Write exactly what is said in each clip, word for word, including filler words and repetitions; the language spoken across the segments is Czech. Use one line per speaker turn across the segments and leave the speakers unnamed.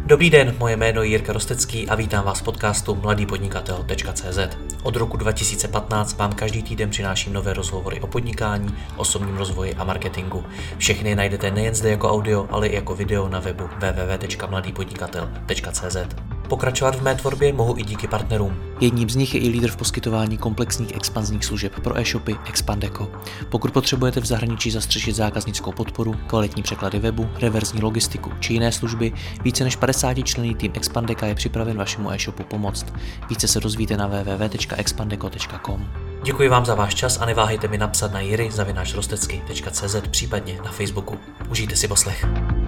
Dobrý den, moje jméno je Jirka Rostecký a vítám vás v podcastu mladý podnikatel tečka cé zet. Od roku dva tisíce patnáct vám každý týden přináším nové rozhovory o podnikání, osobním rozvoji a marketingu. Všechny najdete nejen zde jako audio, ale i jako video na webu w w w tečka mladý podnikatel tečka cé zet. Pokračovat v mé tvorbě mohu i díky partnerům. Jedním z nich je i lídr v poskytování komplexních expanzních služeb pro e-shopy Expandeco. Pokud potřebujete v zahraničí zastřešit zákaznickou podporu, kvalitní překlady webu, reverzní logistiku či jiné služby, více než padesátičlenný tým Expandeca je připraven vašemu e-shopu pomoct. Více se dozvíte na w w w tečka expandeco tečka com. Děkuji vám za váš čas a neváhejte mi napsat na jiry zavináč rostecky tečka cé zet, případně na Facebooku. Užijte si poslech.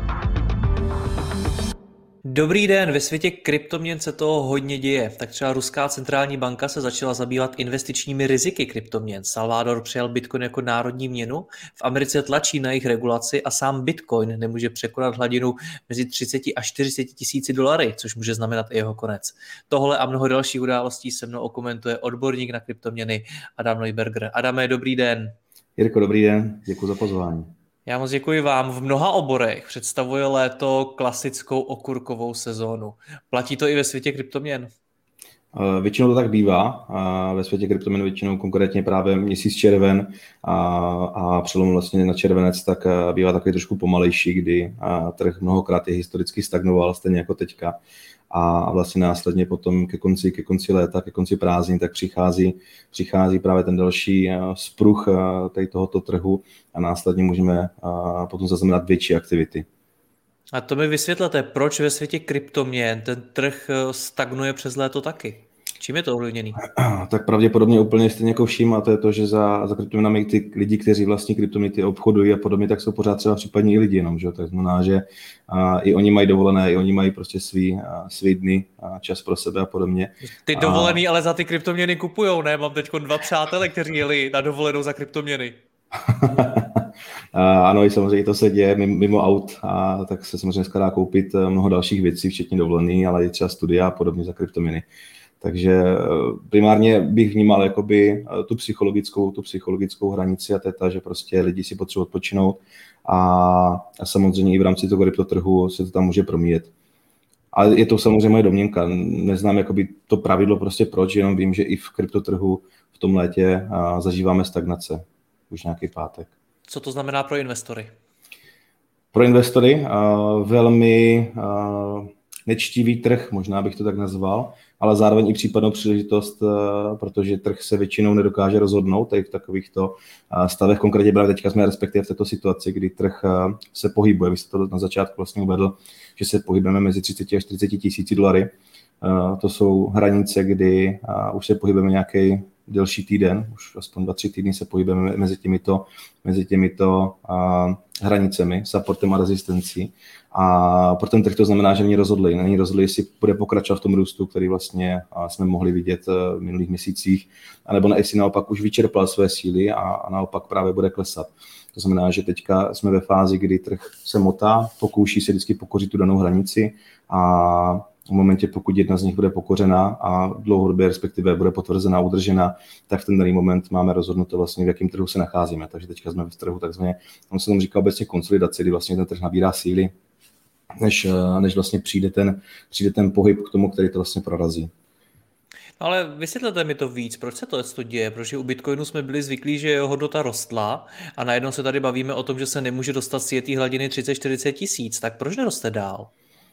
Dobrý den, ve světě kryptoměn se toho hodně děje. Tak třeba Ruská centrální banka se začala zabývat investičními riziky kryptoměn. Salvador přijal Bitcoin jako národní měnu, v Americe tlačí na jejich regulaci a sám Bitcoin nemůže překonat hladinu mezi třicet až čtyřicet tisíci dolary, což může znamenat i jeho konec. Tohle a mnoho dalších událostí se mnou okomentuje odborník na kryptoměny Adam Neuberger. Adame, dobrý den.
Jirko, dobrý den, děkuji za pozvání.
Já moc děkuji vám. V mnoha oborech představuje léto klasickou okurkovou sezónu. Platí to i ve světě kryptoměn?
Většinou to tak bývá. Ve světě kryptoměn většinou konkrétně právě měsíc červen a, a přelom vlastně na červenec tak bývá takový trošku pomalejší, kdy trh mnohokrát je historicky stagnoval, stejně jako teďka. A vlastně následně potom ke konci, ke konci léta, ke konci prázdnin, tak přichází, přichází právě ten další spruch tady tohoto trhu a následně můžeme potom zaznamenat větší aktivity.
A to mi vysvětlete, proč ve světě kryptoměn ten trh stagnuje přes léto taky? Čím je to ovlivněný?
Tak pravděpodobně úplně stejně jako vším, a to je to, že za, za kryptoměnami ty lidi, kteří vlastní kryptoměny obchodují a podobně, tak jsou pořád třeba případně i lidi jenom, že? Tak znamená, že a, i oni mají dovolené, i oni mají prostě svý, a, svý dny a čas pro sebe a podobně.
Ty dovolený a... ale za ty kryptoměny kupujou, ne? Mám teď dva přátele, kteří jeli na dovolenou za kryptoměny.
Ano, i samozřejmě to se děje mimo aut, a tak se samozřejmě dá koupit mnoho dalších věcí, včetně dovolený, ale i třeba studia a podobně za kryptoměny. Takže primárně bych vnímal jakoby tu psychologickou, tu psychologickou hranici a to je ta, že prostě lidi si potřebují odpočinout a, a samozřejmě i v rámci toho kryptotrhu se to tam může promíjet. Ale je to samozřejmě moje domněnka. Neznám jakoby to pravidlo prostě proč, jenom vím, že i v kryptotrhu v tom létě zažíváme stagnace. Už nějaký pátek.
Co to znamená pro investory?
Pro investory uh, velmi uh, nečtivý trh, možná bych to tak nazval, ale zároveň i případnou příležitost, uh, protože trh se většinou nedokáže rozhodnout tady v takovýchto uh, stavech. Konkrétně právě teďka jsme respektive v této situaci, kdy trh uh, se pohybuje. Vy jste to na začátku vlastně uvedl, že se pohybujeme mezi třicet až čtyřicet tisíci dolary. Uh, to jsou hranice, kdy uh, už se pohybujeme nějaký delší týden, už aspoň dva, tři týdny se pohybujeme mezi těmito, mezi těmito uh, hranicemi, supportem a rezistencí. A pro ten trh to znamená, že není rozhodlý. Není rozhodlý, jestli bude pokračovat v tom růstu, který vlastně uh, jsme mohli vidět uh, v minulých měsících, anebo ne, jestli naopak už vyčerpal své síly a, a naopak právě bude klesat. To znamená, že teďka jsme ve fázi, kdy trh se motá, pokouší se vždycky pokořit tu danou hranici a v momentě, pokud jedna z nich bude pokořena a dlouhodobě respektive bude potvrzená, udržena, tak v ten daný moment máme rozhodnuto vlastně, v jakém trhu se nacházíme. Takže teďka jsme v trhu takzvaně, on se tomu říká obecně konsolidace, kdy vlastně ten trh nabírá síly, než, než vlastně přijde ten, přijde ten pohyb k tomu, který to vlastně prorazí.
Ale vysvětlete mi to víc, proč se to, to děje, protože u Bitcoinu jsme byli zvyklí, že jeho hodnota rostla a najednou se tady bavíme o tom, že se nemůže dostat z té hladiny třicet až čtyřicet tisíc, tak proč neroste dál?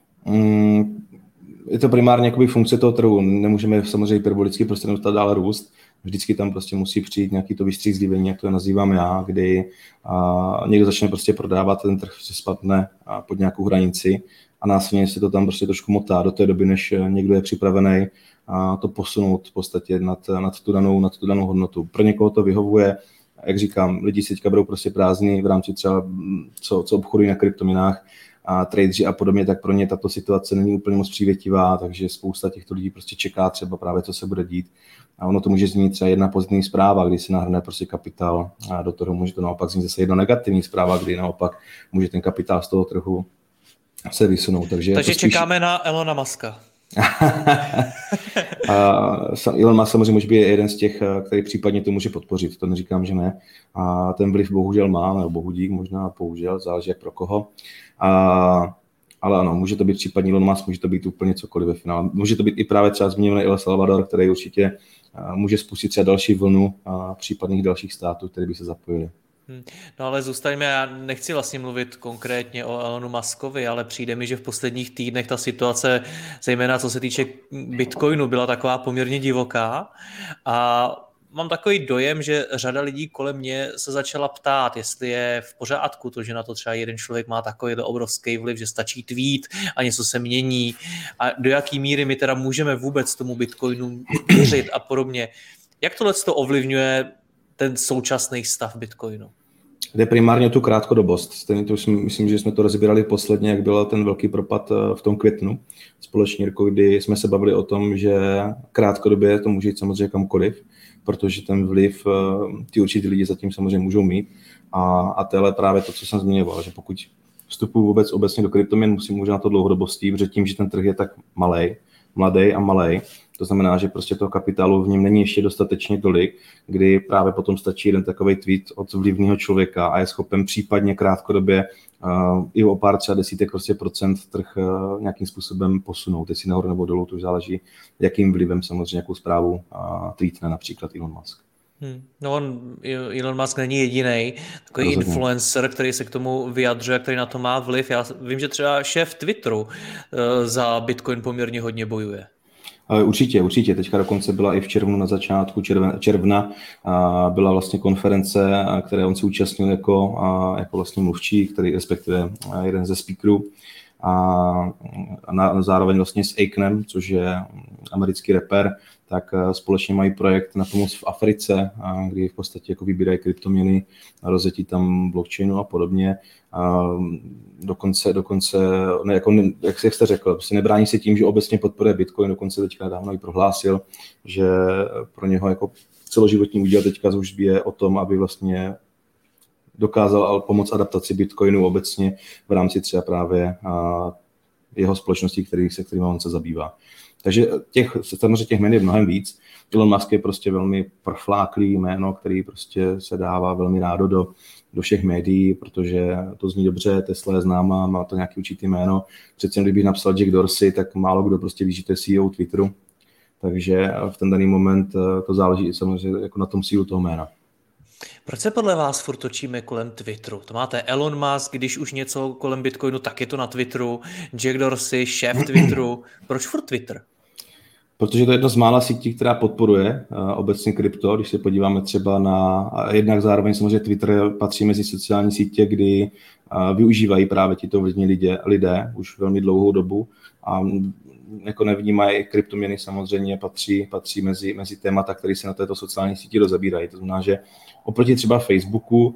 Mm, je to primárně jakoby funkce toho trhu, nemůžeme samozřejmě hyperbolicky prostě nedostat dál růst, vždycky tam prostě musí přijít nějaký to vystřízlivění, jak to nazývám já, kdy a, někdo začne prostě prodávat, ten trh se spadne a, pod nějakou hranici a následně se to tam prostě trošku motá do té doby, než někdo je připravený a to posunout v podstatě nad, nad, tu danou, nad tu danou hodnotu. Pro někoho to vyhovuje, jak říkám, lidi si teďka berou prostě prázdniny v rámci třeba, co, co obchodují na kryptoměnách, a tradeři a podobně, tak pro ně tato situace není úplně moc přívětivá, takže spousta těchto lidí prostě čeká třeba právě, co se bude dít. A ono to může znít třeba jedna pozitivní zpráva, kdy se nahrne prostě kapitál a do toho může to naopak znít zase jedna negativní zpráva, kdy naopak může ten kapitál z toho trhu se vysunout. Takže,
takže
spíš...
čekáme na Elona Muska.
a Elon Musk samozřejmě může být jeden z těch, který případně to může podpořit, to neříkám, že ne. A ten vliv bohužel má, nebo bohudík možná, bohužel, záleží jak pro koho. A ale ano, může to být případně Elon Musk, může to být úplně cokoliv ve finále. Může to být i právě třeba zmiňovaný El Salvador, který určitě může spustit třeba další vlnu případných dalších států, které by se zapojily.
No ale zůstaňme, já nechci vlastně mluvit konkrétně o Elonu Muskovi, ale přijde mi, že v posledních týdnech ta situace, zejména co se týče Bitcoinu, byla taková poměrně divoká a mám takový dojem, že řada lidí kolem mě se začala ptát, jestli je v pořádku to, že na to třeba jeden člověk má takový obrovský vliv, že stačí tweet a něco se mění a do jaký míry my teda můžeme vůbec tomu Bitcoinu věřit a podobně. Jak tohle to ovlivňuje ten současný stav Bitcoinu?
Jde primárně o tu krátkodobost. Stejně to jsme, myslím, že jsme to rozbírali posledně, jak byl ten velký propad v tom květnu společně, kdy jsme se bavili o tom, že krátkodobě to může jít samozřejmě kamkoliv, protože ten vliv ty určitý lidi zatím samozřejmě můžou mít. A, a to je právě to, co jsem zmiňoval, že pokud vstupuji vůbec obecně do kryptoměn, musím může na to dlouhodobostí, protože tím, že ten trh je tak malej, mladý a malej, to znamená, že prostě toho kapitálu v něm není ještě dostatečně tolik, kdy právě potom stačí jeden takový tweet od vlivného člověka a je schopen případně krátkodobě uh, i o pár třeba desítek prostě procent trh uh, nějakým způsobem posunout, jestli nahoru nebo dolů, to už záleží, jakým vlivem samozřejmě jakou zprávu uh, tweetne například Elon Musk. Hmm.
No on, Elon Musk není jedinej, takový Rozhodně. influencer, který se k tomu vyjadřuje, který na to má vliv. Já vím, že třeba šéf Twitteru uh, za Bitcoin poměrně hodně bojuje.
Určitě, určitě. Teďka dokonce byla i v červnu, na začátku června, června byla vlastně konference, které on se účastnil jako, jako vlastně mluvčí, který respektive jeden ze speakerů. A na, zároveň vlastně s Akenem, což je americký rapper, tak společně mají projekt na pomoc v Africe, kdy v podstatě jako vybírají kryptoměny, rozjetí tam blockchainu a podobně. A dokonce, dokonce ne, jako, jak jste řekl, prostě nebrání se tím, že obecně podporuje Bitcoin, dokonce teďka dávno i prohlásil, že pro něho jako celoživotní úděl teďka už je o tom, aby vlastně dokázal pomoct adaptaci Bitcoinu obecně v rámci třeba právě jeho společností, který, se kterými on se zabývá. Takže těch, samozřejmě těch jmen je mnohem víc. Elon Musk je prostě velmi profláklý jméno, který prostě se dává velmi rádo do, do všech médií, protože to zní dobře, Tesla je známá, má to nějaký určitý jméno. Přece kdybych napsal Jack Dorsey, tak málo kdo prostě ví, že to je C E O Twitteru. Takže v ten daný moment to záleží samozřejmě jako na tom sílu toho jména.
Proč se podle vás furt točíme kolem Twitteru? To máte Elon Musk, když už něco kolem Bitcoinu, tak je to na Twitteru. Jack Dorsey, šéf Twitteru. Proč furt Twitter?
Protože to je jedna z mála sítí, která podporuje uh, obecně krypto. Když se podíváme třeba na, a jednak zároveň samozřejmě Twitter patří mezi sociální sítě, kdy uh, využívají právě tito vlivní lidé, lidé už velmi dlouhou dobu a jako nevnímají kryptoměny samozřejmě patří, patří mezi, mezi témata, které se na této sociální síti rozebírají. To znamená, že oproti třeba Facebooku,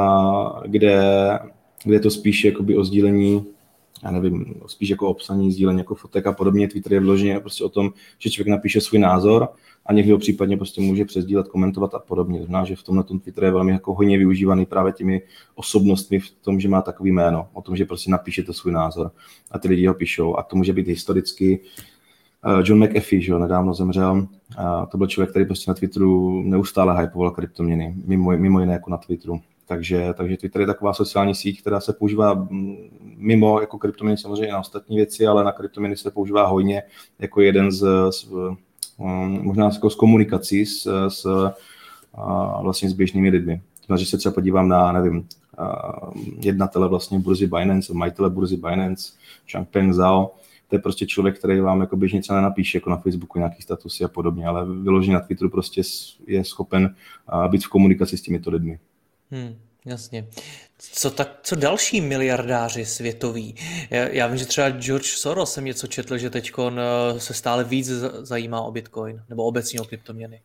a kde, kde je to spíš jakoby o sdílení, já nevím, spíš jako obsaní, sdílení jako fotek a podobně, Twitter je vloženě prostě o tom, že člověk napíše svůj názor a někdo případně prostě může přesdílet, komentovat a podobně. To znamená, že v tomhle tom Twitter je velmi jako hodně využívaný právě těmi osobnostmi v tom, že má takový jméno, o tom, že prostě napíšete svůj názor a ty lidi ho píšou a to může být historicky. John McAfee, že jo, nedávno zemřel, a to byl člověk, který prostě na Twitteru neustále hypoval kryptoměny, mimo, mimo jiné jako na Twitteru. Takže, takže Twitter je taková sociální síť, která se používá mimo jako kryptoměny samozřejmě na ostatní věci, ale na kryptoměny se používá hojně jako jeden z, z možná jako z komunikací s, s vlastně s běžnými lidmi. Takže se třeba podívám na, nevím, jednatele vlastně burzy Binance, majitele burzy Binance, Changpeng Zhao. To je prostě člověk, který vám jako běžně třeba nenapíše, jako na Facebooku nějaký statusy a podobně, ale vyloženě na Twitteru prostě je schopen být v komunikaci s těmito lidmi.
Hmm, jasně. Co, tak, co další miliardáři světoví? Já, já vím, že třeba George Soros jsem něco četl, že teď se stále víc zajímá o Bitcoin, nebo obecně o kryptoměny.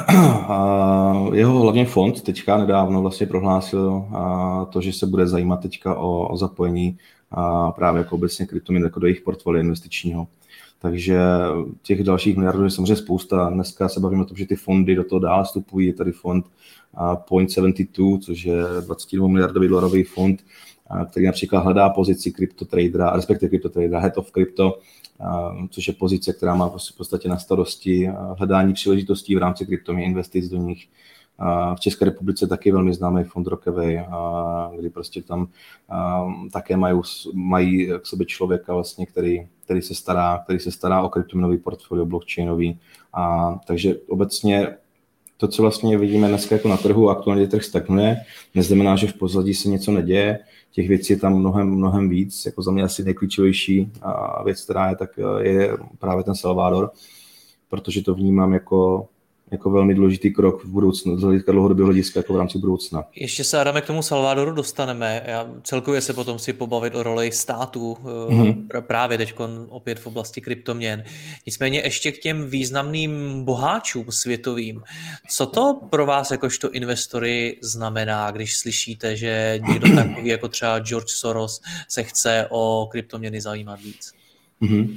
Jeho hlavně fond teďka nedávno vlastně prohlásil to, že se bude zajímat teďka o, o zapojení a právě jako obecně kryptoměn jako do jejich portfolia investičního. Takže těch dalších miliardů je samozřejmě spousta. Dneska se bavíme o tom, že ty fondy do toho dál vstupují. Je tady fond Point sedmdesát dva, což je dvacet dva miliardový dolarový fond, který například hledá pozici kryptotradera, respektive kryptotradera, head of crypto, což je pozice, která má v podstatě na starosti hledání příležitostí v rámci kryptoměn, investic do nich. v České republice taky velmi známý fond Rockaway, kdy prostě tam také mají, mají k sobě člověka vlastně, který, který se stará, který se stará o kryptoměnový portfolio, blockchainový. A takže obecně to, co vlastně vidíme dneska jako na trhu, aktuálně trh stagnuje, neznamená, že v pozadí se něco neděje. Těch věcí je tam mnohem, mnohem víc. Jako za mě asi nejklíčovější věc, která je, tak je právě ten Salvador, protože to vnímám jako, jako velmi důležitý krok v budoucnu, z hlediska dlouhodobého hlediska jako v rámci budoucna.
Ještě se, Adame, k tomu Salvadoru dostaneme. Já celkově se potom si pobavit o roli státu
Mm-hmm.
právě teď opět v oblasti kryptoměn. Nicméně ještě k těm významným boháčům světovým. Co to pro vás jakožto investory znamená, když slyšíte, že někdo takový jako třeba George Soros se chce o kryptoměny zajímat víc?
Mm-hmm.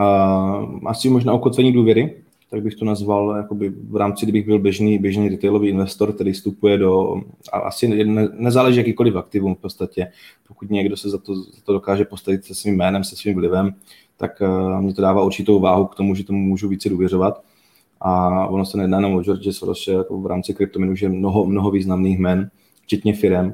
Uh, asi možná ukotvení důvěry, tak bych to nazval jakoby v rámci, kdybych byl běžný, běžný retailový investor, který vstupuje do, a asi ne, nezáleží jakýkoliv aktivum v podstatě, pokud někdo se za to, za to dokáže postavit se svým jménem, se svým vlivem, tak uh, mě to dává určitou váhu k tomu, že tomu můžu více důvěřovat. A ono se nejedná jenom o George Sorose, jako v rámci kryptoměn už je mnoho, mnoho významných jmen, včetně firem.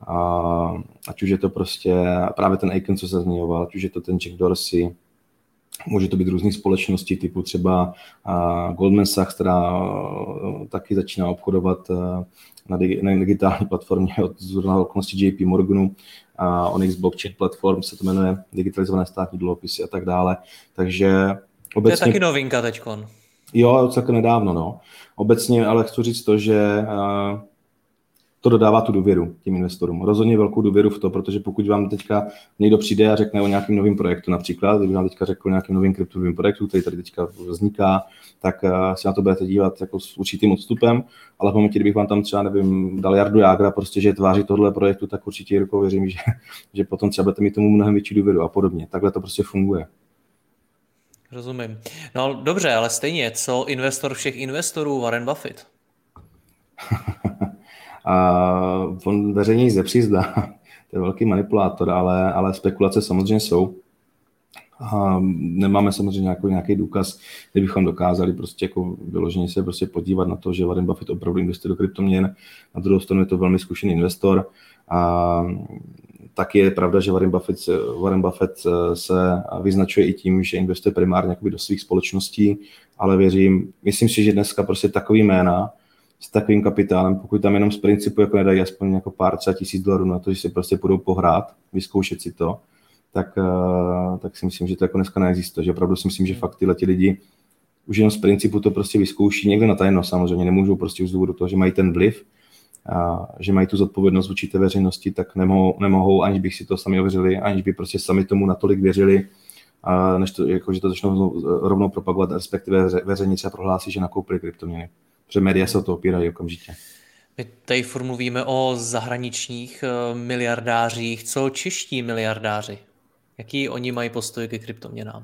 A, ať už je to prostě právě ten Aiken, co se zmiňoval, ať už je to ten Jack Dorsey, může to být různé společnosti typu třeba uh, Goldman Sachs, která uh, taky začíná obchodovat uh, na, dig- na digitální platformě od zrovna okolnosti J P Morganu, uh, Onyx Blockchain Platform se to jmenuje, digitalizované státní dluhopisy a tak dále. Takže obecně...
To je taky novinka teďkon.
Jo, celkem nedávno, no. Obecně ale chci říct to, že uh, to dodává tu důvěru těm investorům. Rozhodně velkou důvěru v to, protože pokud vám teďka někdo přijde a řekne o nějakém novém projektu, například, kdyby vám teďka řekl o nějakém novém kryptovém projektu, který tady teďka vzniká, tak uh, se na to budete dívat jako s určitým odstupem, ale v momentě, kdybych vám tam třeba, nevím, dal Jardu Jágra, prostě, že je tváří tohle projektu, tak určitě rukou věřím, že, že potom třeba budete mít tomu mnohem větší důvěru a podobně. Takhle to prostě funguje.
Rozumím. No dobře, ale stejně, co investor všech investorů, Warren Buffett?
A on veřejně nic nepřizdá. To je velký manipulátor, ale, ale spekulace samozřejmě jsou. A nemáme samozřejmě nějaký, nějaký důkaz, kdybychom dokázali prostě jako vyloženě se prostě podívat na to, že Warren Buffett opravdu investuje do kryptoměn. Na druhou stranu je to velmi zkušený investor. A taky je pravda, že Warren Buffett, Warren Buffett se vyznačuje i tím, že investuje primárně do svých společností, ale věřím, myslím si, že dneska prostě takový jména s takovým kapitálem, pokud tam jenom z principu jako nedají aspoň jako pár třeba tisíc dolarů na to, že si prostě půjdou pohrát, vyzkoušet si to, tak, tak si myslím, že to jako dneska neexistuje. Že opravdu si myslím, že fakt tyhle ti lidi už jenom z principu to prostě vyzkouší, někde na tajno samozřejmě, nemůžou prostě už z důvodu toho, že mají ten vliv, a že mají tu zodpovědnost vůči té veřejnosti, tak nemohou, nemohou, aniž bych si to sami ověřili, aniž by prostě sami tomu natolik věřili, a než to, jako, že to začnou rovnou propagovat, respektive veřejně třeba prohlásí, že nakoupili kryptoměny. Protože média se o to opírají okamžitě.
My tady furt mluvíme o zahraničních miliardářích. Co čeští miliardáři? Jaký oni mají postoj ke kryptoměnám?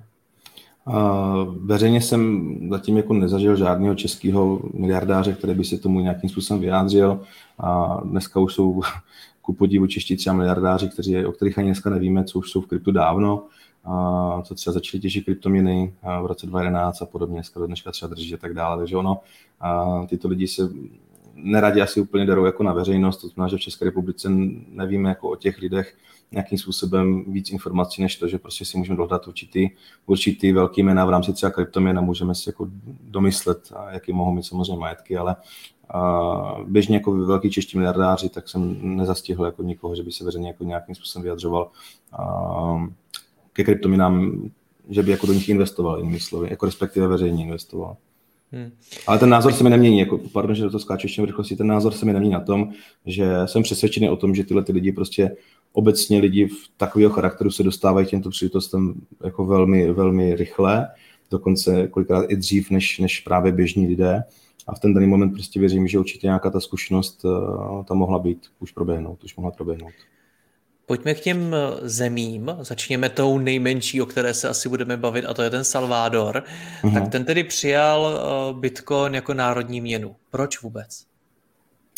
Uh, veřejně jsem zatím jako nezažil žádného českého miliardáře, který by se tomu nějakým způsobem vyjádřil. A dneska už jsou ku podivu čeští třeba miliardáři, kteří, o kterých ani dneska nevíme, co už jsou v kryptu dávno, a co třeba začali těžit kryptoměny v roce dva tisíce jedenáct a podobně, dneska do dneška třeba drží a tak dále. Takže ono, a tyto lidi se neradí asi úplně darou jako na veřejnost, to znamená, že v České republice nevíme jako o těch lidech nějakým způsobem víc informací, než to, že prostě si můžeme dohledat určitý, určitý velký jména v rámci třeba kryptoměn a můžeme si jako domyslet, jaký mohou mít samozřejmě majetky, ale a běžně jako velký čeští miliardáři, tak jsem nezastihl jako nikoho, že by se veřejně jako nějakým způsobem vyjadřoval a ke kryptoměnám, že by jako do nich investoval, jinými slovy, jako respektive veřejně investoval. Hmm. Ale ten názor se mi nemění, jako, pardon, že to skáču ještě v rychlosti, ten názor se mi nemění na tom, že jsem přesvědčený o tom, že tyhle ty lidi prostě obecně lidi v takového charakteru se dostávají k těmto příležitostem jako velmi, velmi rychle, dokonce kolikrát i dřív než, než právě běžní lidé. A v ten daný moment prostě věřím, že určitě nějaká ta zkušenost uh, tam mohla být, už proběhnout, už mohla proběhnout.
Pojďme k těm zemím, začněme tou nejmenší, o které se asi budeme bavit, a to je ten Salvador. Uh-huh. Tak ten tedy přijal Bitcoin jako národní měnu. Proč vůbec?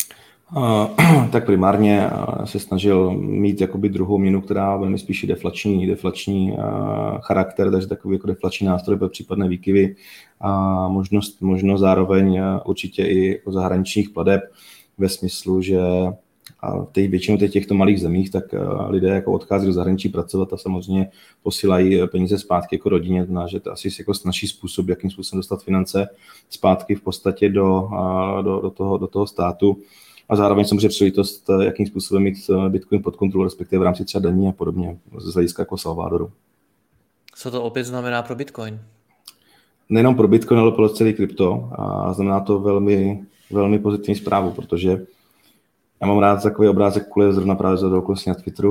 Uh, tak primárně uh, se snažil mít jakoby druhou měnu, která velmi spíš deflační, deflační uh, charakter, takže takový jako deflační nástroj pro případné výkyvy a možnost, možnost zároveň uh, určitě i o zahraničních plateb ve smyslu, že a v těch, většinou těch těchto malých zemích, tak uh, lidé jako odchází do zahraničí pracovat a samozřejmě posílají peníze zpátky jako rodině, znamená, že to asi jako snažší způsob, jakým způsobem dostat finance zpátky v podstatě do, uh, do, do, toho, do toho státu. A zároveň samozřejmě příležitost, jakým způsobem mít Bitcoin pod kontrolou, respektive v rámci třeba daní a podobně, z hlediska jako Salvadoru.
Co to opět znamená pro Bitcoin?
Nejenom pro Bitcoin, ale pro celý krypto. A znamená to velmi, velmi pozitivní zprávu, protože já mám rád takový obrázek, kuluje zrovna právě za dokonce na Twitteru.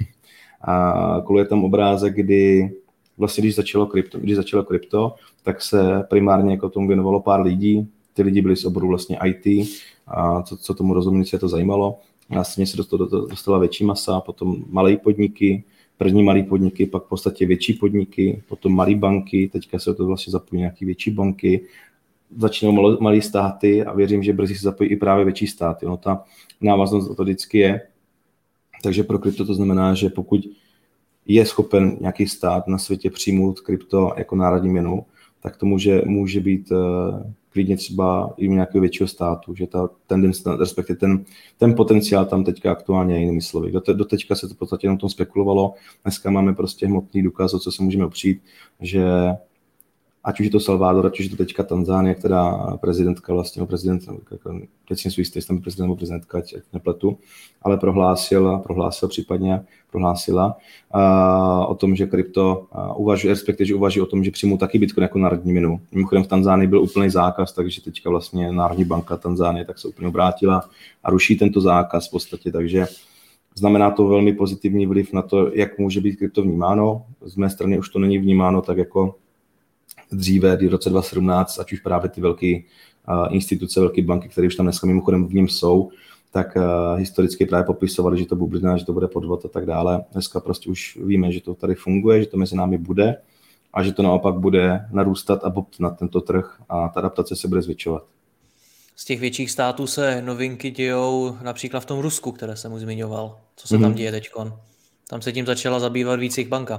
A kuluje tam obrázek, kdy vlastně, když začalo krypto, když začalo krypto, tak se primárně jako tomu věnovalo pár lidí. Ty lidi byli z oboru vlastně í té, a co, co tomu rozumí, se to zajímalo. Následně se dostala, dostala větší masa, potom malé podniky, první malé podniky, pak v podstatě větší podniky, potom malé banky, teďka se to vlastně zapojí nějaké větší banky, začínají malé státy a věřím, že brzy se zapojí i právě větší státy. No, ta návaznost to vždycky je. Takže pro krypto to znamená, že pokud je schopen nějaký stát na světě přijmout krypto jako národní měnu, tak to může, může být uh, klidně třeba i nějakého většího státu, že ta tendence, respektive ten, ten potenciál tam teďka aktuálně je jinými slovy. Do, te, do teďka se to v podstatě jenom tom spekulovalo, dneska máme prostě hmotný důkaz, o co se můžeme opřít, že ať už je to Salvador, ať už je to teďka Tanzánie, která prezidentka vlastně, no prezident, teď si jistý, jestli tam je prezident nebo prezidentka, ať nepletu, ale prohlásil, prohlásil případně, prohlásila uh, o tom, že krypto uh, uvažuje, respektive, že uvažuje o tom, že přijmou taky Bitcoin jako národní měnu. Mimochodem v Tanzánii byl úplný zákaz, takže teďka vlastně Národní banka Tanzánie tak se úplně obrátila a ruší tento zákaz v podstatě, takže znamená to velmi pozitivní vliv na to, jak může být krypto vnímáno. Z mé strany už to není vnímáno tak jako dříve, v roce dva tisíce sedmnáct, ať už právě ty velké uh, instituce, velké banky, které už tam dneska mimochodem v něm jsou, tak uh, historicky právě popisovali, že to bublina, že to bude podvod a tak dále. Dneska prostě už víme, že to tady funguje, že to mezi námi bude a že to naopak bude narůstat a bobtnat tento trh a ta adaptace se bude zvětšovat.
Z těch větších států se novinky dějou například v tom Rusku, které jsem už zmiňoval. Co se mm-hmm. tam děje teďkon? Tam se tím začala zabývat víc jich banka.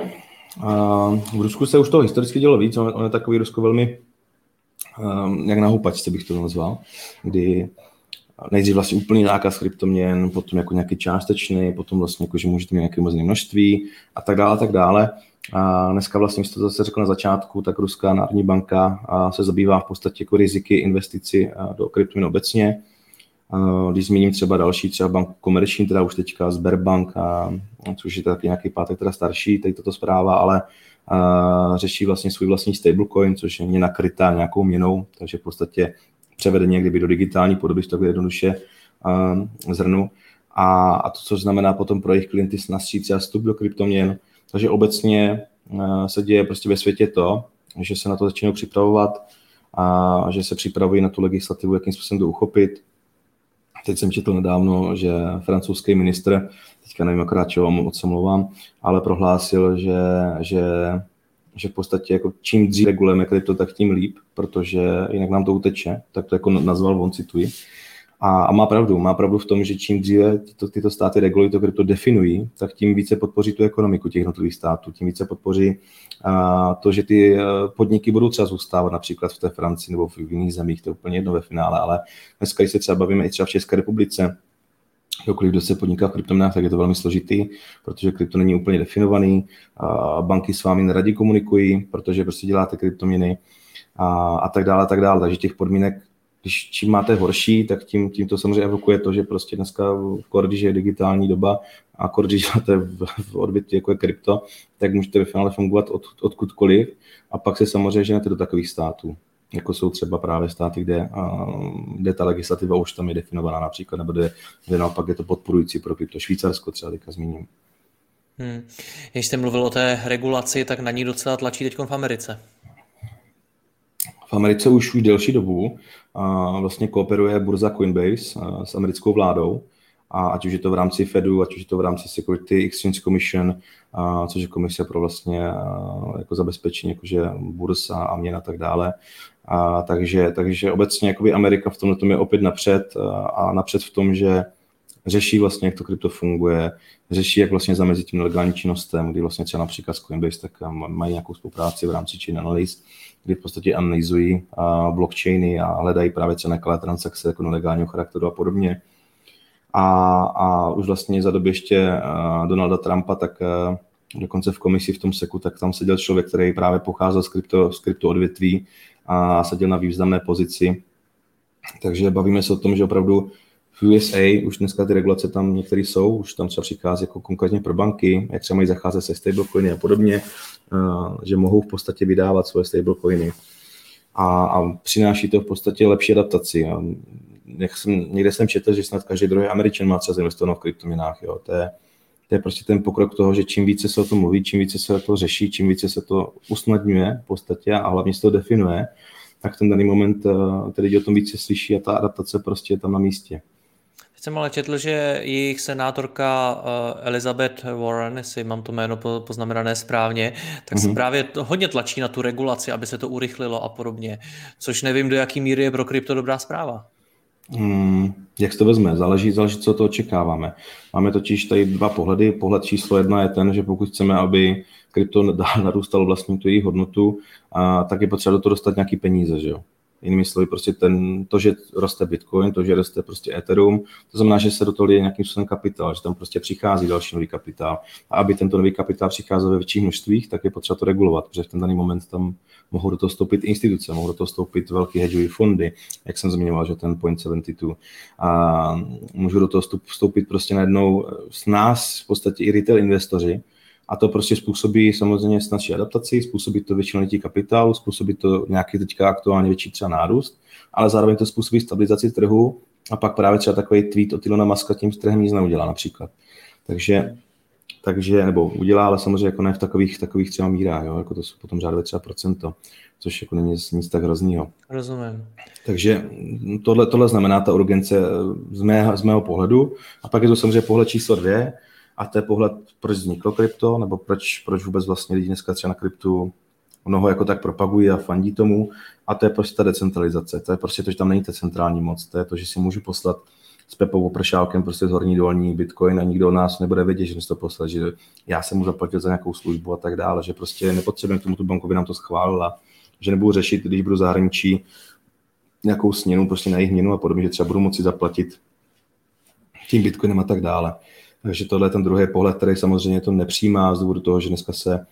Uh, v Rusku se už toho historicky dělo víc, on je takový Rusko velmi, um, jak na houpačce bych to nazval, kdy nejdřív vlastně úplný zákaz kryptoměn, potom jako nějaký částečný, potom vlastně jako, že můžete mít nějaké omezené množství a tak dále a tak dále. A dneska vlastně, když to zase řekl na začátku, tak Ruská národní banka se zabývá v podstatě jako riziky investici do kryptoměn obecně. Když zmíním třeba další, třeba banku komerční, teda už teďka Sberbank, a, což je taky nějaký pátek teda starší, tady toto zpráva, ale a, řeší vlastně svůj vlastní stablecoin, což je měna krytá nějakou měnou, takže v podstatě převede někdy do digitální podoby, to takhle jednoduše a, zhrnu. A, a to, co znamená potom pro jejich klienty snazší třeba vstup do kryptoměn. Takže obecně a, se děje prostě ve světě to, že se na to začínají připravovat a že se připravují na tu legislativu, jakým způsobem to uchopit. Teď jsem četl nedávno, že francouzský ministr, teďka nevím akorát čeho, moc se mluvám, ale prohlásil, že, že, že v podstatě jako čím dřív regulujeme krypto, tak tím líp, protože jinak nám to uteče, tak to jako nazval on, cituji. A, a má pravdu, má pravdu v tom, že čím dříve tyto, tyto státy regulují to krypto, definují, tak tím více podpoří tu ekonomiku těch jednotlivých států, tím více podpoří a, to, že ty podniky budou třeba zůstávat například v té Francii nebo v jiných zemích, to je úplně jedno ve finále, ale dneska, když se třeba bavíme i třeba v České republice, kdokoliv, kdo se podniká v kryptoměnách, tak je to velmi složitý, protože krypto není úplně definovaný, a banky s vámi neradi komunikují, protože prostě děláte kryptoměny a, a tak dále, a tak dále, takže těch podmínek, když čím máte horší, tak tím, tím to samozřejmě evokuje to, že prostě dneska, když je digitální doba a když máte v, v odvětví jako je krypto, tak můžete ve finále fungovat od, odkudkoliv a pak se samozřejmě ženete do takových států, jako jsou třeba právě státy, kde, a, kde ta legislativa už tam je definovaná například, nebo kde, kde naopak je to podporující pro krypto. Švýcarsko třeba teďka zmíním.
Hmm. Když jste mluvil o té regulaci, tak na ní docela tlačí teď v Americe.
V Americe už už delší dobu a vlastně kooperuje burza Coinbase s americkou vládou a ať už je to v rámci Fedu, ať už je to v rámci Security Exchange Commission, a, což je komise pro vlastně a, jako zabezpečení jakože burz a, a měn a tak dále. A, takže, takže obecně jakoby Amerika v tomhle tom je opět napřed a, a napřed v tom, že řeší vlastně, jak to krypto funguje, řeší, jak vlastně zamezit tím nelegální činnostem, kdy vlastně třeba například s Coinbase tak mají nějakou spolupráci v rámci Chain Analysis, kdy v podstatě analyzují blockchainy a hledají právě třeba nekalé transakce jako nelegálního charakteru a podobně. A, a už vlastně za doby ještě Donalda Trumpa, tak dokonce v komisi v tom seku, tak tam seděl člověk, který právě pocházel z krypto, z krypto odvětví a seděl na významné pozici. Takže bavíme se o tom, že opravdu v U S A už dneska ty regulace tam některé jsou, už tam třeba přichází jako konkrétně pro banky, jak třeba mají zacházet se stablecoiny a podobně, že mohou v podstatě vydávat svoje stablecoiny a, a přináší to v podstatě lepší adaptaci. Jak jsem, někde jsem četl, že snad každý druhý Američan má třeba investovat v kryptoměnách. Jo. To, je, to je prostě ten pokrok toho, že čím více se o tom mluví, čím více se to řeší, čím více se to usnadňuje v podstatě a hlavně se to definuje, tak v ten daný moment ty lidi o tom více slyší a ta adaptace prostě je tam na místě.
Teď jsem ale četl, že jejich senátorka Elizabeth Warren, jestli mám to jméno poznamenané správně, tak se mm-hmm. právě to hodně tlačí na tu regulaci, aby se to urychlilo a podobně, což nevím, do jaký míry je pro krypto dobrá zpráva.
Hmm, jak se to vezme? Záleží, záleží, co to očekáváme. Máme totiž tady dva pohledy. Pohled číslo jedna je ten, že pokud chceme, aby krypto narůstalo vlastně tu její hodnotu, a tak je potřeba do toho dostat nějaký peníze, že jo? Jinými slovy, prostě ten, to, že roste Bitcoin, to, že roste prostě Ethereum, to znamená, že se do toho lije nějakým způsobem kapitál, že tam prostě přichází další nový kapitál. A aby tento nový kapitál přicházel ve větších množstvích, tak je potřeba to regulovat, protože v ten daný moment tam mohou do toho vstoupit instituce, mohou do toho vstoupit velké hedžové fondy, jak jsem zmiňoval, že ten Point sedmdesát dva. A můžou do toho vstoupit prostě najednou s nás v podstatě i retail investoři, a to prostě způsobí samozřejmě snadší adaptaci, způsobí to větší nalití kapitálu, způsobí to nějaký teďka aktuálně větší třeba nárůst, ale zároveň to způsobí stabilizaci trhu a pak právě třeba takový tweet od Elona Muska tím s trhem nic neudělá například. Takže, takže, nebo udělá, ale samozřejmě jako ne v takových, takových třeba mírách, jo? Jako to jsou potom řádově třeba procento, což jako není nic tak hroznýho.
Rozumím.
Takže tohle, tohle znamená ta urgence z mého, z mého pohledu a pak je to samozřejmě pohled číslo dvě, a to je pohled, proč vzniklo krypto, nebo proč, proč vůbec vlastně lidi dneska třeba na kryptu mnoho jako tak propagují a fandí tomu. A to je prostě ta decentralizace. To je prostě to, že tam není ta centrální moc. To je to, že si můžu poslat s Pepou opršálkem prostě z horní dolní Bitcoin a nikdo od nás nebude vědět, že mi to poslal, že já jsem mu zaplatil za nějakou službu a tak dále, že prostě nepotřebujeme k tomu tu banku, by nám to schválila, že nebudu řešit, když budu v zahraničí nějakou směnu prostě na jejich měnu a podobně, že třeba budu moci zaplatit tím Bitcoinem a tak dále. Takže tohle je ten druhý pohled, který samozřejmě to nepřijímá z důvodu toho, že dneska se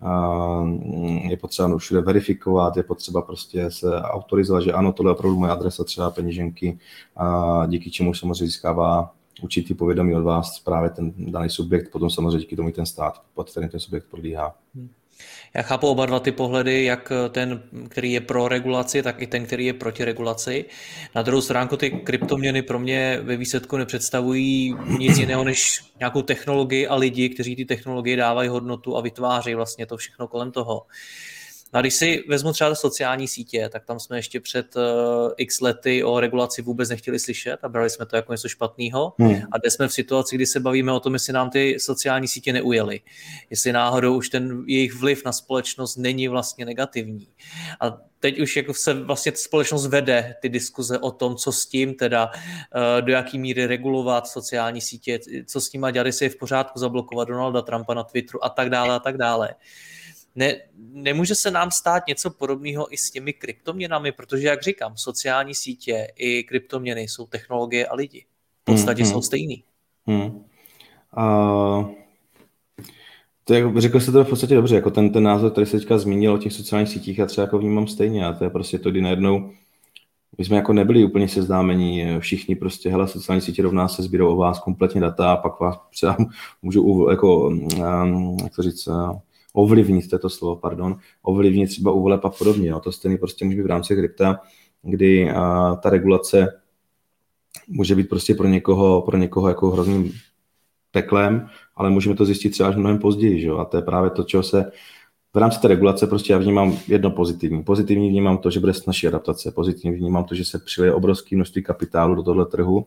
uh, je potřeba všude verifikovat, je potřeba prostě se autorizovat, že ano, tohle je opravdu moje adresa třeba peněženky, a díky čemu samozřejmě získává určitý povědomí od vás právě ten daný subjekt, potom samozřejmě díky tomu i ten stát, pod kterým ten subjekt podléhá. Hmm.
Já chápu oba dva ty pohledy, jak ten, který je pro regulaci, tak i ten, který je proti regulaci. Na druhou stránku ty kryptoměny pro mě ve výsledku nepředstavují nic jiného než nějakou technologii a lidi, kteří ty technologie dávají hodnotu a vytváří vlastně to všechno kolem toho. No a když si vezmu třeba sociální sítě, tak tam jsme ještě před uh, x lety o regulaci vůbec nechtěli slyšet a brali jsme to jako něco špatného. Hmm. A dnes jsme v situaci, kdy se bavíme o tom, jestli nám ty sociální sítě neujely. Jestli náhodou už ten jejich vliv na společnost není vlastně negativní. A teď už jako se vlastně společnost vede ty diskuze o tom, co s tím teda, uh, do jaký míry regulovat sociální sítě, co s nima dělat, jestli je v pořádku zablokovat Donalda Trumpa na Twitteru a tak dále a tak dále. Ne, nemůže se nám stát něco podobného i s těmi kryptoměnami, protože, jak říkám, sociální sítě i kryptoměny jsou technologie a lidi. V podstatě hmm, jsou stejný. Hmm.
Uh, to je, řekl jste to v podstatě dobře, jako ten, ten názor, který se teďka zmínil o těch sociálních sítích, a třeba jako vnímám stejně, a to je prostě to, kdy najednou my jsme jako nebyli úplně seznámení, všichni prostě, hele, sociální sítě rovná se sbírou o vás kompletně data a pak vás třeba můžu jako, um, jak to říct, uh, ovlivnit, to je to slovo, pardon, ovlivnit třeba úvoleb a podobně. Jo. To stejný prostě může být v rámci krypta, kdy a, ta regulace může být prostě pro někoho, pro někoho jako hrozným peklem, ale můžeme to zjistit třeba až mnohem později. Že? A to je právě to, čeho se v rámci té regulace prostě já vnímám jedno pozitivní. Pozitivní vnímám to, že bude snazší adaptace. Pozitivní vnímám to, že se přilije obrovské množství kapitálu do tohle trhu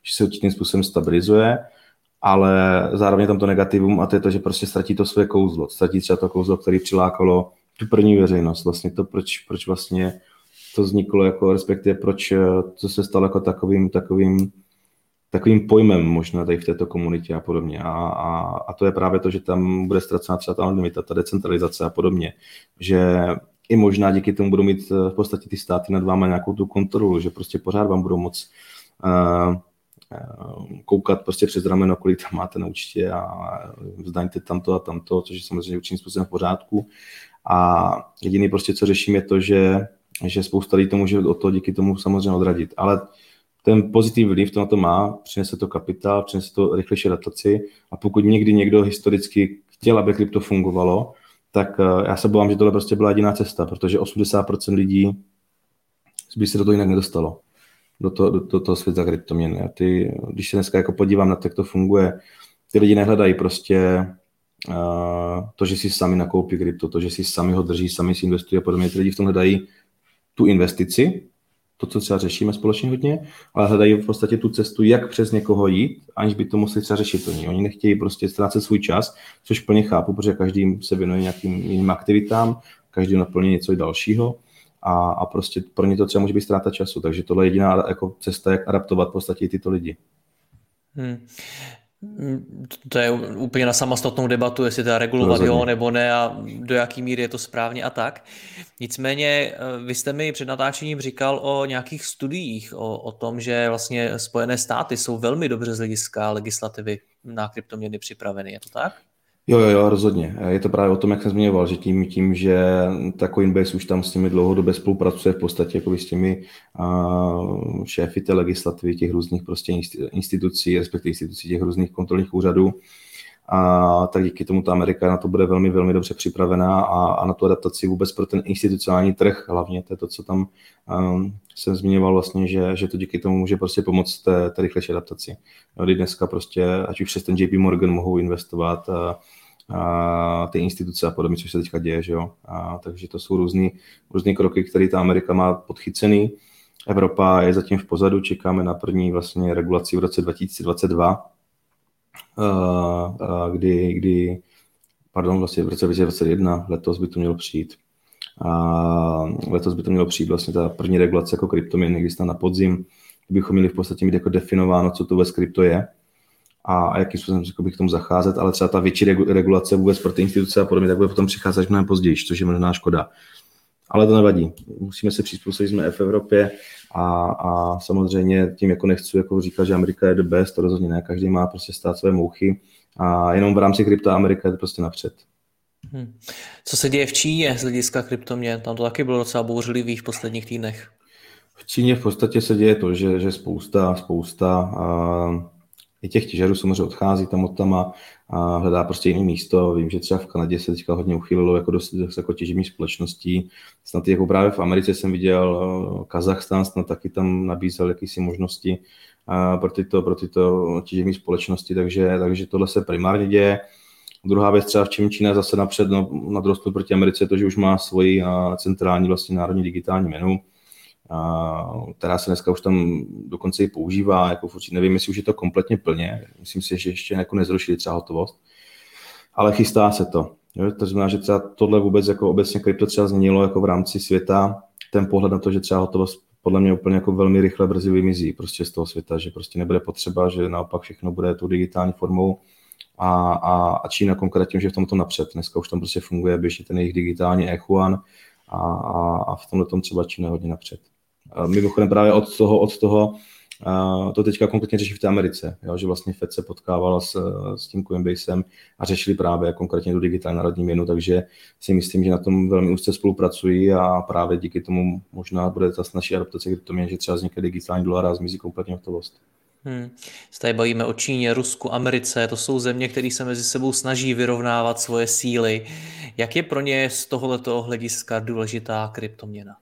že se určitým způsobem stabilizuje, ale zároveň je tam to negativum a to je to, že prostě ztratí to své kouzlo. Ztratí třeba to kouzlo, které přilákalo tu první veřejnost. Vlastně to, proč, proč vlastně to vzniklo, jako respektive proč to se stalo jako takovým, takovým, takovým pojmem možná tady v této komunitě a podobně. A, a, a to je právě to, že tam bude ztracená třeba ta anonymita, ta decentralizace a podobně. Že i možná díky tomu budou mít v podstatě ty státy nad váma nějakou tu kontrolu, že prostě pořád vám budou moc uh, koukat prostě přes rameno, kolik tam máte na účtě a zdaňte tamto a tamto, což je samozřejmě určitým způsobem v pořádku. A jediný prostě, co řeším, je to, že, že spousta lidí to může od toho díky tomu samozřejmě odradit. Ale ten pozitivní vliv to na to má, přinese to kapitál, přinese to rychlejší adaptaci a pokud někdy někdo historicky chtěl, aby krypto fungovalo, tak já se bojím, že tohle prostě byla jediná cesta, protože osmdesát procent lidí by se do toho jinak nedostalo. Do toho, do, do toho světa kryptoměn. A ty, když se dneska jako podívám na to, jak to funguje, ty lidi nehledají prostě uh, to, že si sami nakoupí krypto, to, že si sami ho drží, sami si investují a podobně. Ty lidi v tom hledají tu investici, to, co třeba řešíme společně hodně, ale hledají v podstatě tu cestu, jak přes někoho jít, aniž by to museli třeba řešit oni. Oni nechtějí prostě ztrácet svůj čas, což plně chápu, protože každý se věnuje nějakým jiným aktivitám, každý naplní něco dalšího. A, a prostě pro ně to třeba může být ztráta času. Takže tohle je jediná jako cesta, jak adaptovat v podstatě tyto lidi.
Hmm. To je úplně na samostatnou debatu, jestli teda regulovat jo nebo ne a do jaký míry je to správně a tak. Nicméně vy jste mi před natáčením říkal o nějakých studiích, o, o tom, že vlastně Spojené státy jsou velmi dobře z hlediska legislativy na kryptoměny připraveny. Je to tak?
Jo, jo, jo, rozhodně. Je to právě o tom, jak jsem zmiňoval, že tím, tím že ta Coinbase už tam s nimi dlouhodobě spolupracuje v podstatě jako s těmi uh, šéfy té legislativy těch různých prostě institucí, respektive institucí těch různých kontrolních úřadů, a tak díky tomu ta Amerika na to bude velmi, velmi dobře připravená a, a na tu adaptaci vůbec pro ten institucionální trh hlavně, to je to, co tam um, jsem zmiňoval vlastně, že, že to díky tomu může prostě pomoct té, té rychlejší adaptaci. Kdy dneska prostě, ať už přes ten J P Morgan mohou investovat a, a ty instituce a podobně, což se teďka děje, že jo. A, takže to jsou různý, různý kroky, které ta Amerika má podchycený. Evropa je zatím v pozadu, čekáme na první vlastně regulaci v roce dva tisíce dvacet dva, Uh, uh, kdy, kdy, pardon, vlastně v roce dva tisíce dvacet jedna, letos by to mělo přijít. Uh, letos by to mělo přijít vlastně ta první regulace jako kryptoměny, když tam na podzim, bychom měli v podstatě mít jako definováno, co to vůbec krypto je a, a jakým způsobem by k tomu zacházet, ale třeba ta větší regulace vůbec pro ty instituce a podobně, tak bude potom přicházet až mnohem později, což je možná škoda. Ale to nevadí. Musíme se přizpůsobit, jsme v Evropě a, a samozřejmě tím jako nechci jako říkat, že Amerika je the best, to rozhodně ne, každý má prostě stát své mouchy a jenom v rámci krypta Amerika je to prostě napřed.
Hmm. Co se děje v Číně z hlediska kryptoměn? Tam to taky bylo docela bouřlivý v posledních týdnech.
V Číně v podstatě se děje to, že, že spousta, spousta a, i těch těžařů samozřejmě odchází tam od tam a, a hledá prostě jiné místo. Vím, že třeba v Kanadě se teďka hodně uchylilo jako dost, dost jako těživých společností. Snad jako právě v Americe jsem viděl, Kazachstán snad taky tam nabízel jakýsi možnosti a, pro tyto, pro tyto těživé společnosti, takže, takže tohle se primárně děje. Druhá věc třeba, v čem Čína zase napřed no, nadrostl proti Americe, je to, že už má svoji a, centrální vlastně národní digitální měnu, a, která se dneska už tam dokonce i používá, jako nevím, jestli už je to kompletně plně, myslím si, že ještě jako nezrušili třeba hotovost, ale chystá se to. Jo? To znamená, že třeba tohle vůbec jako obecně krypto třeba změnilo jako v rámci světa, ten pohled na to, že třeba hotovost podle mě úplně jako velmi rychle brzy vymizí prostě z toho světa, že prostě nebude potřeba, že naopak všechno bude tou digitální formou a, a, a Čína konkrétně, že v tomto napřed. Dneska už tam prostě funguje běžně ten jejich digitální e-yuan a, a, a v tomhle tom třeba Čína hodně napřed. Mimochodem právě od toho, od toho to teďka konkrétně řeší v té Americe, jo, že vlastně Fed se potkával s, s tím Coinbasem a řešili právě konkrétně tu digitální národní měnu, takže si myslím, že na tom velmi úzce spolupracují a právě díky tomu možná bude ta naší adaptace kryptoměn, že třeba vznikne digitální dolar a zmizí kompletně hotovost.
Hmm. Se tady bavíme o Číně, Rusku, Americe, to jsou země, které se mezi sebou snaží vyrovnávat svoje síly. Jak je pro ně z tohoto hlediska důležitá kryptoměna?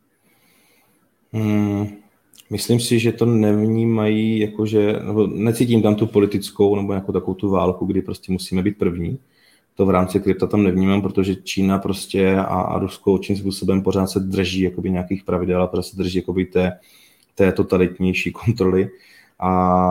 Hmm, myslím si, že to nevnímají, jakože, nebo necítím tam tu politickou nebo jako takovou tu válku, kdy prostě musíme být první. To v rámci krypta tam nevnímám, protože Čína prostě a, a Rusko určitým způsobem pořád se drží jakoby nějakých pravidel a pořád se drží jakoby té, té totalitnější kontroly. a,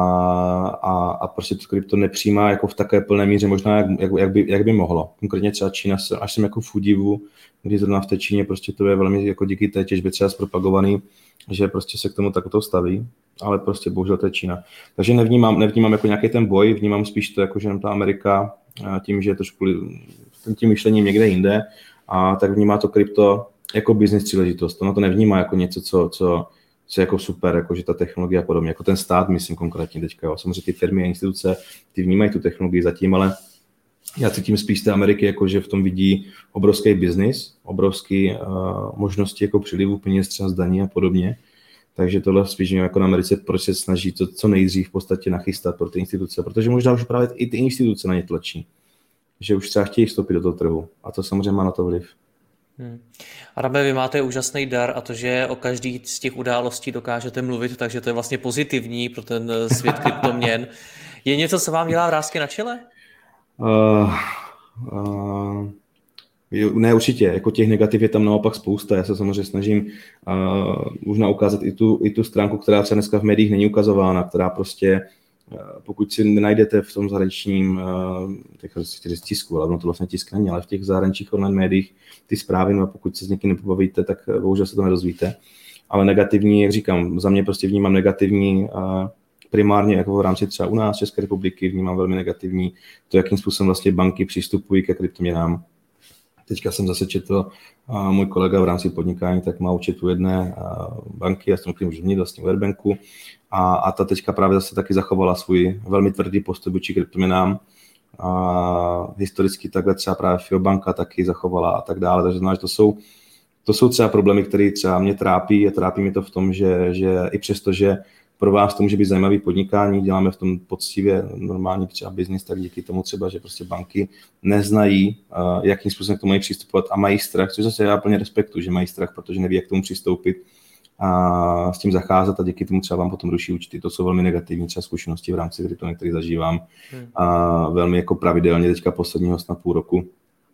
a, a prostě to krypto nepřijímá jako v také plné míře možná, jak, jak, jak, by, jak by mohlo. Konkrétně třeba Čína, až jsem jako v údivu, kdy zrovna v té Číně prostě to je velmi jako díky té těžbě třeba zpropagovaný, že prostě se k tomu takto staví, ale prostě bohužel to je Čína. Takže nevnímám, nevnímám jako nějaký ten boj, vnímám spíš to jako, že nám ta Amerika tím, že je trošku tím myšlením někde jinde, a tak vnímá to krypto jako business příležitost. Ono to nevnímá jako něco, co, co, co je jako super, jako že ta technologie a podobně. Jako ten stát, myslím konkrétně teďka. Jo. Samozřejmě ty firmy a instituce, ty vnímají tu technologii zatím, ale já cítím spíš z té Ameriky, jako že v tom vidí obrovský biznis, obrovský uh, možnosti jako přílivu peněz třeba z daní a podobně. Takže tohle spíš jako na Americe, proč se snaží to co nejdřív v podstatě nachystat pro ty instituce, protože možná už právě i ty instituce na ně tlačí, že už třeba chtějí vstoupit do toho trhu a to samozřejmě má na to vliv.
Hmm. Adame, vy máte úžasný dar a to, že o každý z těch událostí dokážete mluvit, takže to je vlastně pozitivní pro ten svět kryptoměn. Je něco, co vám dělá vrásky na čele?
Uh, uh, ne, určitě, jako těch negativ je tam naopak spousta. Já se samozřejmě snažím uh, možná ukázat i tu, i tu stránku, která třeba dneska v médiích není ukazována, která prostě, uh, pokud si nenajdete v tom zahraničním uh, tisku, ale ono to vlastně tisk není, ale v těch zahraničních online médiích ty zprávy, no a pokud se s někým nepobavíte, tak bohužel se to nedozvíte. Ale negativní, jak říkám, za mě prostě vnímám negativní uh, primárně jako v rámci třeba u nás České republiky vnímám velmi negativní to, jakým způsobem vlastně banky přistupují ke kryptoměnám. Teďka jsem zase četl, a můj kolega v rámci podnikání tak má účet u jedné banky, já jsem k můžu zmínit vlastně u Airbanku, a, a ta teďka právě zase taky zachovala svůj velmi tvrdý postup vůči kryptoměnám. A historicky takhle třeba právě Fiobanka taky zachovala a tak dále, takže znamená, že to jsou, to jsou třeba problémy, které třeba mě trápí a trápí mě to v tom, že, že i přesto, že pro vás to může být zajímavý podnikání, děláme v tom poctivě normální třeba biznis, tak díky tomu třeba, že prostě banky neznají, uh, jakým způsobem k tomu mají přistupovat a mají strach, což zase já plně respektuji, že mají strach, protože neví, jak k tomu přistoupit a s tím zacházet a díky tomu třeba vám potom ruší účty. To jsou velmi negativní třeba zkušenosti v rámci kryptoměn, které zažívám hmm. a velmi jako pravidelně teďka posledního snad půl roku.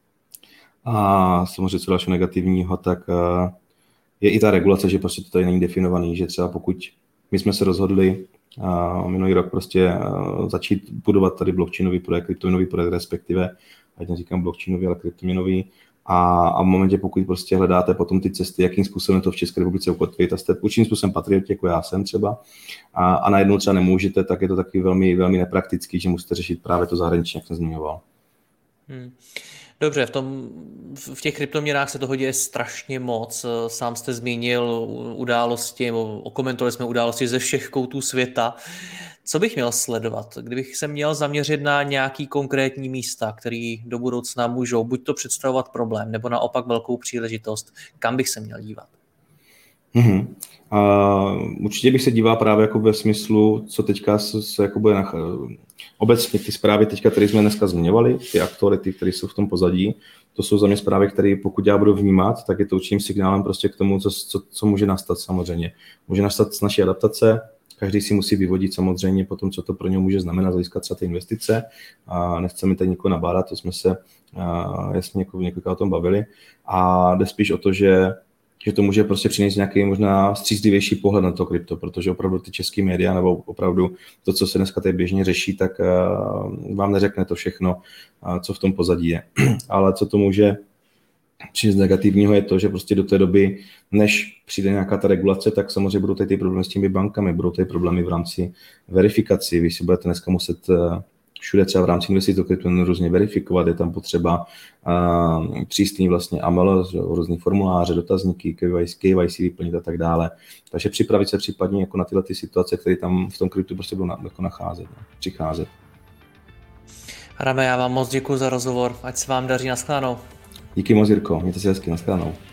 A samozřejmě co dalšího negativního, tak uh, je i ta regulace, že prostě to tady není definovaný, že třeba pokud my jsme se rozhodli uh, minulý rok prostě uh, začít budovat tady blockchainový projekt, kryptoměnový projekt, respektive, ať neříkám blockchainový, ale kryptoměnový. A, a v momentě, pokud prostě hledáte potom ty cesty, jakým způsobem to v České republice ukotvit, a jste určitým způsobem patrioti, jako já jsem třeba, a, a najednou třeba nemůžete, tak je to taky velmi, velmi nepraktický, že musíte řešit právě to zahraničí, jak jsem zmiňoval.
Hmm. Dobře, v, tom, v těch kryptoměnách se toho děje strašně moc. Sám jste zmínil události, okomentovali jsme události ze všech koutů světa. Co bych měl sledovat? Kdybych se měl zaměřit na nějaký konkrétní místa, které do budoucna můžou buď to představovat problém, nebo naopak velkou příležitost, kam bych se měl dívat?
Mm-hmm. Uh, určitě bych se díval právě jako ve smyslu, co teďka se, se jako bude nach- obecně ty zprávy teďka, které jsme dneska zmiňovali, ty aktuality, které jsou v tom pozadí, to jsou za mě zprávy, které pokud já budu vnímat, tak je to určitým signálem prostě k tomu, co, co, co může nastat samozřejmě. Může nastat s naší adaptace, každý si musí vyvodit samozřejmě potom, co to pro něj může znamenat získat třeba ty investice. A nechceme tady nikoho nabádat, to jsme se uh, jasně několikrát o tom bavili. A jde spíš o to, že že to může prostě přinést nějaký možná střízlivější pohled na to krypto, protože opravdu ty české média nebo opravdu to, co se dneska tady běžně řeší, tak uh, vám neřekne to všechno, uh, co v tom pozadí je. Ale co to může přinést negativního je to, že prostě do té doby, než přijde nějaká ta regulace, tak samozřejmě budou tady ty problémy s těmi bankami, budou tady problémy v rámci verifikací. Vy si budete dneska muset uh, všude třeba v rámci investic do kryptoměn různě verifikovat, je tam potřeba uh, přísný vlastně A M L, různý formuláře, dotazníky, K Y C vyplnit a tak dále. Takže připravit se případně jako na tyhle ty situace, které tam v tom kryptu prostě budou na, jako nacházet, no, přicházet.
Adame, já vám moc děkuji za rozhovor, ať se vám daří, nashledanou.
Díky moc, Jirko, mějte se hezky, nashledanou.